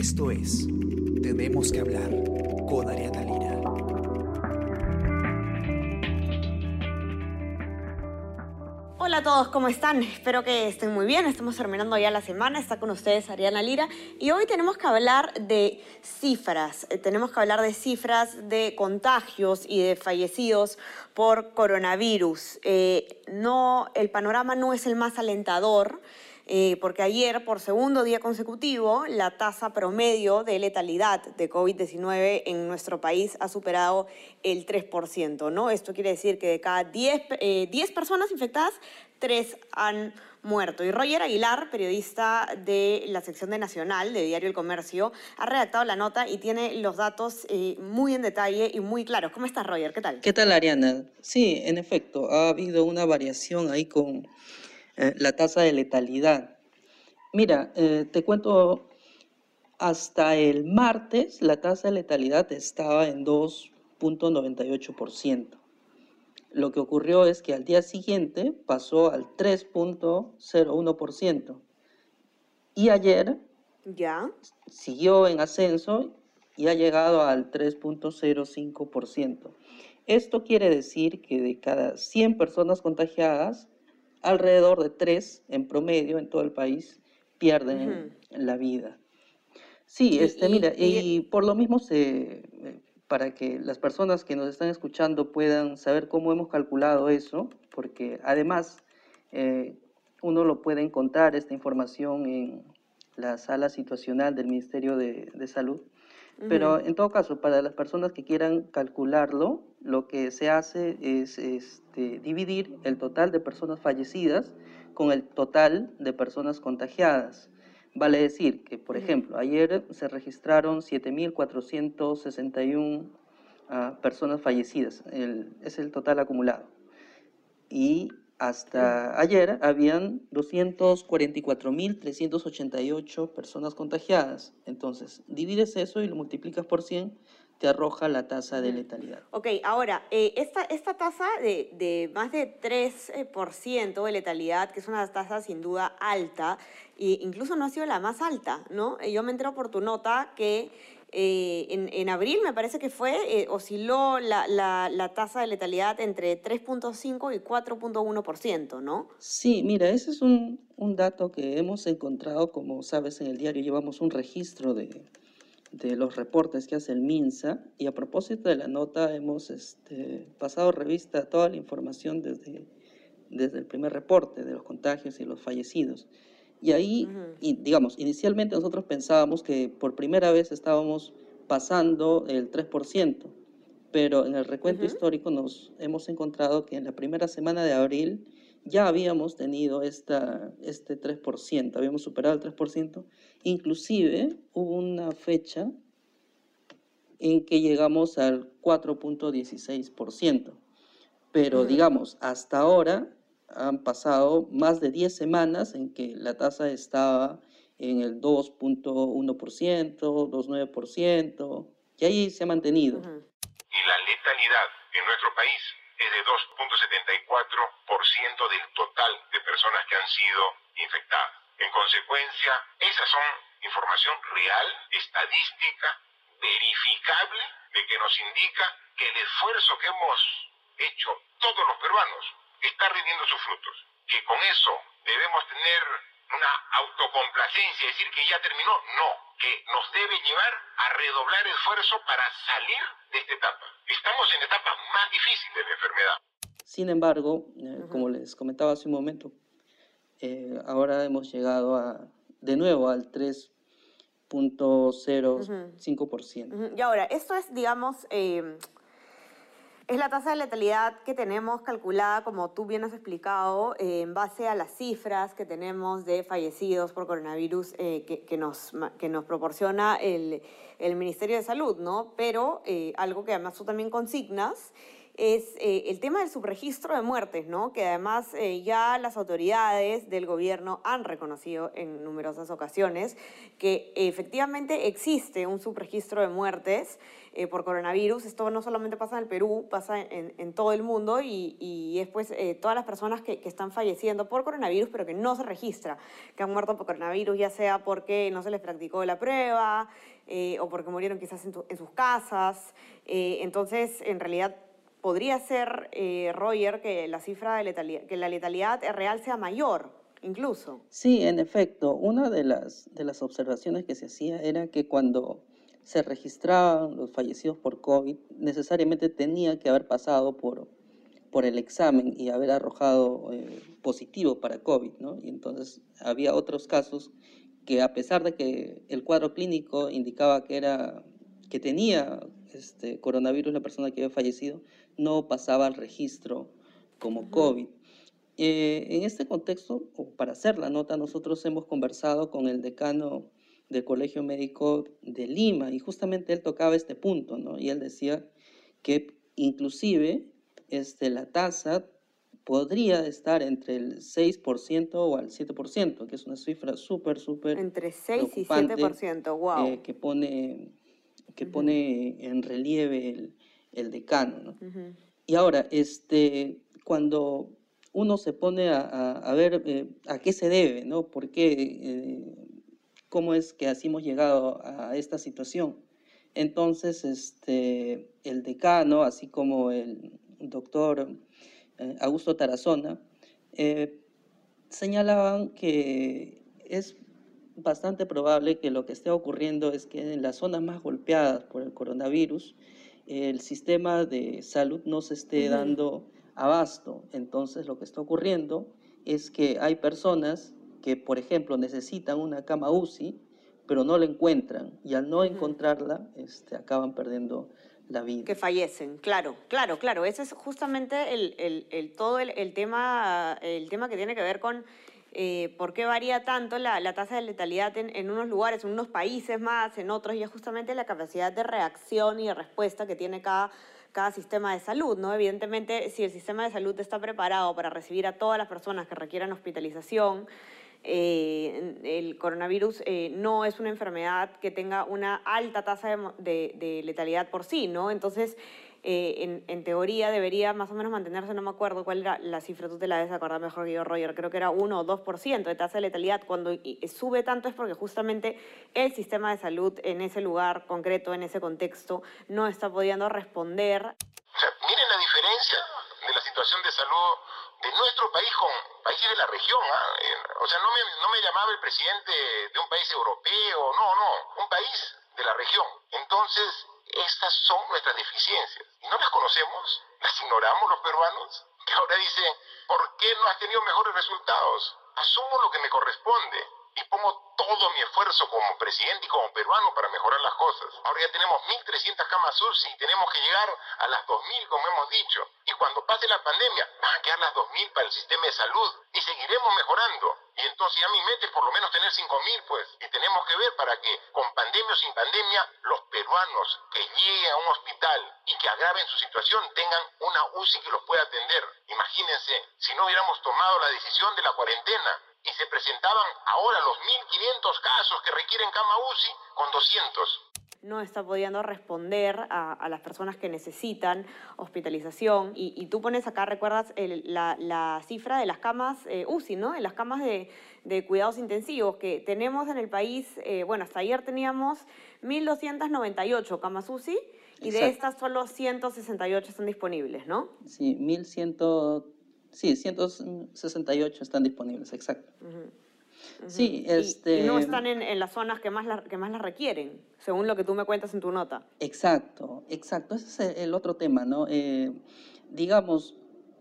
Esto es Tenemos que hablar con Ariana Lira. Hola a todos, ¿cómo están? Espero que estén muy bien. Estamos terminando ya la semana. Está con ustedes Ariana Lira. Y hoy tenemos que hablar de cifras. Tenemos que hablar de cifras de contagios y de fallecidos por coronavirus. El panorama no es el más alentador. Porque ayer, por segundo día consecutivo, la tasa promedio de letalidad de COVID-19 en nuestro país ha superado el 3%, ¿no? Esto quiere decir que de cada 10 personas infectadas, 3 han muerto. Y Roger Aguilar, periodista de la sección de Nacional, de Diario El Comercio, ha redactado la nota y tiene los datos muy en detalle y muy claros. ¿Cómo estás, Roger? ¿Qué tal? ¿Qué tal, Ariana? Sí, en efecto, ha habido una variación ahí con la tasa de letalidad. Mira, te cuento, hasta el martes la tasa de letalidad estaba en 2,98%. Lo que ocurrió es que al día siguiente pasó al 3,01%. Y ayer ¿Ya? siguió en ascenso y ha llegado al 3,05%. Esto quiere decir que de cada 100 personas contagiadas, alrededor de 3 en promedio en todo el país pierden la vida. Sí, mira, y por lo mismo para que las personas que nos están escuchando puedan saber cómo hemos calculado eso, porque además uno lo puede encontrar esta información en la sala situacional del Ministerio de Salud. Pero en todo caso, para las personas que quieran calcularlo, lo que se hace es dividir el total de personas fallecidas con el total de personas contagiadas. Vale decir que, por ejemplo, ayer se registraron 7.461 personas fallecidas, es el total acumulado. Y hasta ayer habían 244.388 personas contagiadas. Entonces, divides eso y lo multiplicas por 100, te arroja la tasa de letalidad. Ok, ahora, esta tasa de más de 3% de letalidad, que es una tasa sin duda alta, e incluso no ha sido la más alta, ¿no? Yo me entero por tu nota que en abril, me parece que fue, osciló la tasa de letalidad entre 3,5 y 4,1%, ¿no? Sí, mira, ese es un dato que hemos encontrado, como sabes, en el diario llevamos un registro de los reportes que hace el MINSA, y a propósito de la nota hemos pasado revista a toda la información desde el primer reporte de los contagios y los fallecidos. Y ahí, digamos, inicialmente nosotros pensábamos que por primera vez estábamos pasando el 3%, pero en el recuento histórico nos hemos encontrado que en la primera semana de abril ya habíamos tenido este 3%, habíamos superado el 3%, inclusive hubo una fecha en que llegamos al 4,16%, pero digamos, hasta ahora han pasado más de 10 semanas en que la tasa estaba en el 2,1%, 2,9%, y ahí se ha mantenido. Y la letalidad en nuestro país es de 2,74% del total de personas que han sido infectadas. En consecuencia, esas son información real, estadística, verificable, de que nos indica que el esfuerzo que hemos hecho todos los peruanos está rindiendo sus frutos. Que con eso debemos tener una autocomplacencia, decir que ya terminó, no, que nos debe llevar a redoblar esfuerzo para salir de esta etapa. Estamos en la etapa más difícil de la enfermedad. Sin embargo, como les comentaba hace un momento, ahora hemos llegado de nuevo al 3,05%. Y ahora, esto es, digamos, es la tasa de letalidad que tenemos calculada, como tú bien has explicado, en base a las cifras que tenemos de fallecidos por coronavirus que nos proporciona el Ministerio de Salud, ¿no? Pero algo que además tú también consignas es el tema del subregistro de muertes, ¿no? Que además ya las autoridades del gobierno han reconocido en numerosas ocasiones que efectivamente existe un subregistro de muertes por coronavirus. Esto no solamente pasa en el Perú, pasa en todo el mundo y es pues todas las personas que están falleciendo por coronavirus pero que no se registra, que han muerto por coronavirus, ya sea porque no se les practicó la prueba o porque murieron quizás en sus casas. Entonces, en realidad, podría ser, Roger, que la cifra de letalidad, que la letalidad real sea mayor, incluso. Sí, en efecto, una de las observaciones que se hacía era que cuando se registraban los fallecidos por COVID, necesariamente tenía que haber pasado por el examen y haber arrojado positivo para COVID, ¿no? Y entonces había otros casos que, a pesar de que el cuadro clínico indicaba que tenía coronavirus la persona que había fallecido, no pasaba al registro como COVID. En este contexto, o para hacer la nota, nosotros hemos conversado con el decano del Colegio Médico de Lima y justamente él tocaba este punto, ¿no? Y él decía que inclusive la tasa podría estar entre el 6% o al 7%, que es una cifra súper Entre 6 y preocupante, 7%, wow. que pone en relieve el decano, ¿no? Y ahora, cuando uno se pone a ver a qué se debe, ¿no? ¿Por qué? ¿Cómo es que así hemos llegado a esta situación? Entonces, el decano, así como el doctor Augusto Tarazona, señalaban que es bastante probable que lo que esté ocurriendo es que en las zonas más golpeadas por el coronavirus, el sistema de salud no se esté dando abasto. Entonces, lo que está ocurriendo es que hay personas que, por ejemplo, necesitan una cama UCI, pero no la encuentran, y al no encontrarla, acaban perdiendo la vida. Que fallecen, claro. Ese es justamente todo el tema que tiene que ver con por qué varía tanto la tasa de letalidad en unos lugares, en unos países más, en otros, y es justamente la capacidad de reacción y de respuesta que tiene cada sistema de salud, ¿no? Evidentemente, si el sistema de salud está preparado para recibir a todas las personas que requieran hospitalización, el coronavirus no es una enfermedad que tenga una alta tasa de letalidad por sí, ¿no? Entonces, en teoría debería más o menos mantenerse, no me acuerdo cuál era la cifra, tú te la debes acordar mejor que yo, Roger, creo que era 1 o 2% de tasa de letalidad. Cuando sube tanto es porque justamente el sistema de salud en ese lugar concreto, en ese contexto, no está pudiendo responder. O sea, miren la diferencia de la situación de salud de nuestro país con países de la región. O sea, no me llamaba el presidente de un país europeo, no, un país de la región. Entonces, estas son nuestras deficiencias. Y no las conocemos, las ignoramos los peruanos, que ahora dicen, ¿por qué no has tenido mejores resultados? Asumo lo que me corresponde y pongo todo mi esfuerzo como presidente y como peruano para mejorar las cosas. Ahora ya tenemos 1.300 camas UCI y tenemos que llegar a las 2.000, como hemos dicho. Y cuando pase la pandemia, van a quedar las 2.000 para el sistema de salud y seguiremos mejorando. Y entonces ya mi meta es por lo menos tener 5.000, pues. Y tenemos que ver para que, con pandemia o sin pandemia, los peruanos que lleguen a un hospital y que agraven su situación tengan una UCI que los pueda atender. Imagínense, si no hubiéramos tomado la decisión de la cuarentena y se presentaban ahora los 1.500 casos que requieren cama UCI con 200. No está pudiendo responder a las personas que necesitan hospitalización. Y tú pones acá, recuerdas la cifra de las camas UCI, ¿no? De las camas de cuidados intensivos que tenemos en el país. Bueno, hasta ayer teníamos 1.298 camas UCI y de estas solo 168 están disponibles, ¿no? Sí, 168 están disponibles, exacto. Sí, y no están en las zonas que más las requieren, según lo que tú me cuentas en tu nota. Exacto. Ese es el otro tema, ¿no? Digamos,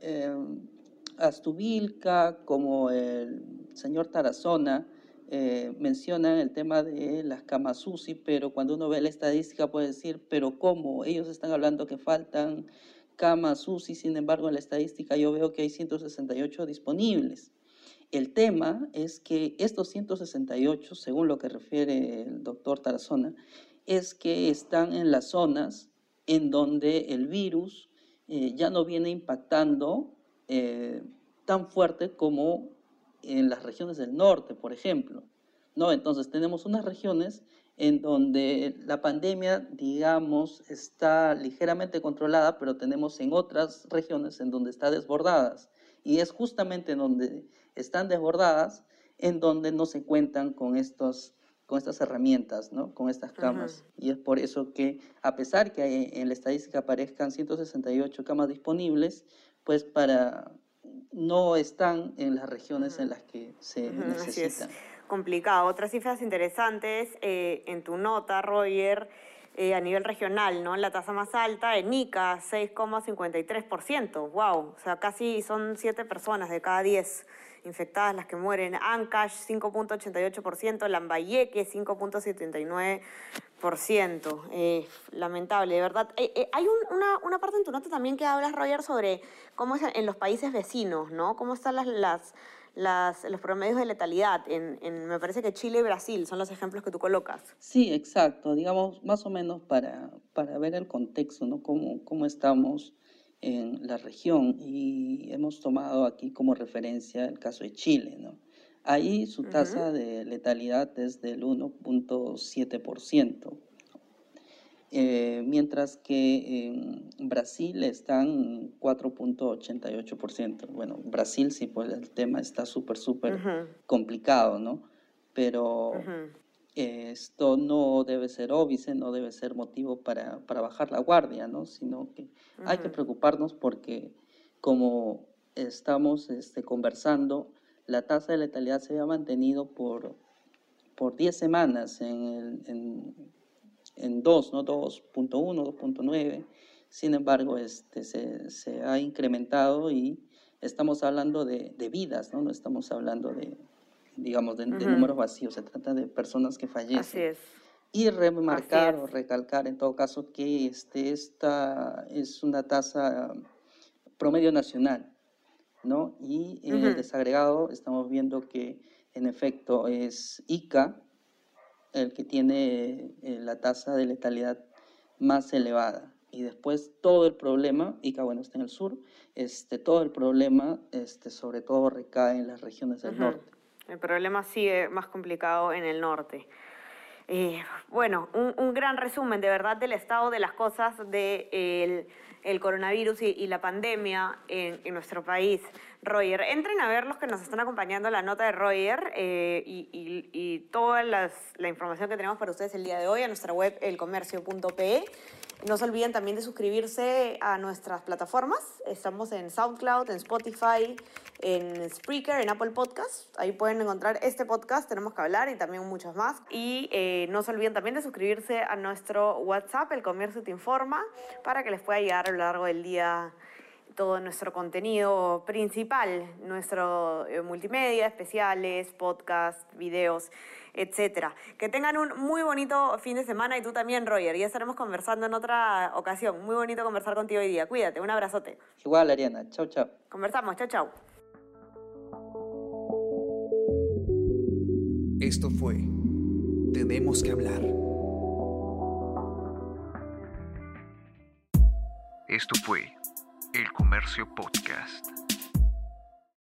Astubilca, como el señor Tarazona, mencionan el tema de las camas UCI, pero cuando uno ve la estadística puede decir, pero ¿cómo? Ellos están hablando que faltan camas UCI, sin embargo en la estadística yo veo que hay 168 disponibles. El tema es que estos 168, según lo que refiere el doctor Tarazona, es que están en las zonas en donde el virus ya no viene impactando tan fuerte como en las regiones del norte, por ejemplo, ¿no? Entonces tenemos unas regiones en donde la pandemia, digamos, está ligeramente controlada, pero tenemos en otras regiones en donde está desbordadas. Y es justamente en donde están desbordadas en donde no se cuentan con estas herramientas, ¿no? Con estas camas. Y es por eso que, a pesar que en la estadística aparezcan 168 camas disponibles, pues no están en las regiones en las que se necesitan. Así es, complicado. Otras cifras interesantes en tu nota, Roger, a nivel regional, ¿no? La tasa más alta en Ica, 6,53%. ¡Wow! O sea, casi son 7 personas de cada 10 infectadas las que mueren. Ancash, 5,88%. Lambayeque, 5,79%. Lamentable, de verdad. Hay una parte en tu nota también que hablas, Roger, sobre cómo es en los países vecinos, ¿no? Cómo están los promedios de letalidad. Me parece que Chile y Brasil son los ejemplos que tú colocas. Sí, exacto. Digamos, más o menos para ver el contexto, ¿no? Cómo estamos en la región. Y hemos tomado aquí como referencia el caso de Chile, ¿no? Ahí su tasa de letalidad es del 1,7%. Mientras que en Brasil están 4,88%. Bueno, Brasil sí, pues el tema está súper complicado, ¿no? Pero esto no debe ser óbice, no debe ser motivo para bajar la guardia, ¿no? Sino que hay que preocuparnos porque, como estamos conversando, la tasa de letalidad se había mantenido por 10 semanas en 2, ¿no? 2.1, 2.9. Sin embargo, se ha incrementado y estamos hablando de vidas, ¿no? No estamos hablando de números vacíos. Se trata de personas que fallecen. Así es. Y remarcar o recalcar en todo caso que esta es una tasa promedio nacional, ¿no? Y en el desagregado estamos viendo que en efecto es Ica el que tiene la tasa de letalidad más elevada. Y después todo el problema, Ica, bueno, está en el sur, todo el problema sobre todo recae en las regiones del norte. El problema sigue más complicado en el norte. Bueno, un gran resumen de verdad del estado de las cosas del coronavirus y la pandemia en nuestro país. Roger, entren a ver los que nos están acompañando la nota de Roger y toda la información que tenemos para ustedes el día de hoy a nuestra web elcomercio.pe. No se olviden también de suscribirse a nuestras plataformas. Estamos en SoundCloud, en Spotify, en Spreaker, en Apple Podcasts. Ahí pueden encontrar este podcast, Tenemos que hablar, y también muchos más. Y no se olviden también de suscribirse a nuestro WhatsApp, El Comercio Te Informa, para que les pueda llegar a lo largo del día todo nuestro contenido principal, nuestro multimedia, especiales, podcasts, videos, etcétera. Que tengan un muy bonito fin de semana, y tú también, Roger. Ya estaremos conversando en otra ocasión. Muy bonito conversar contigo hoy día. Cuídate, un abrazote. Igual, Ariana. Chau, chau. Conversamos. Chau, chau. Esto fue Tenemos que hablar. Esto fue El Comercio Podcast.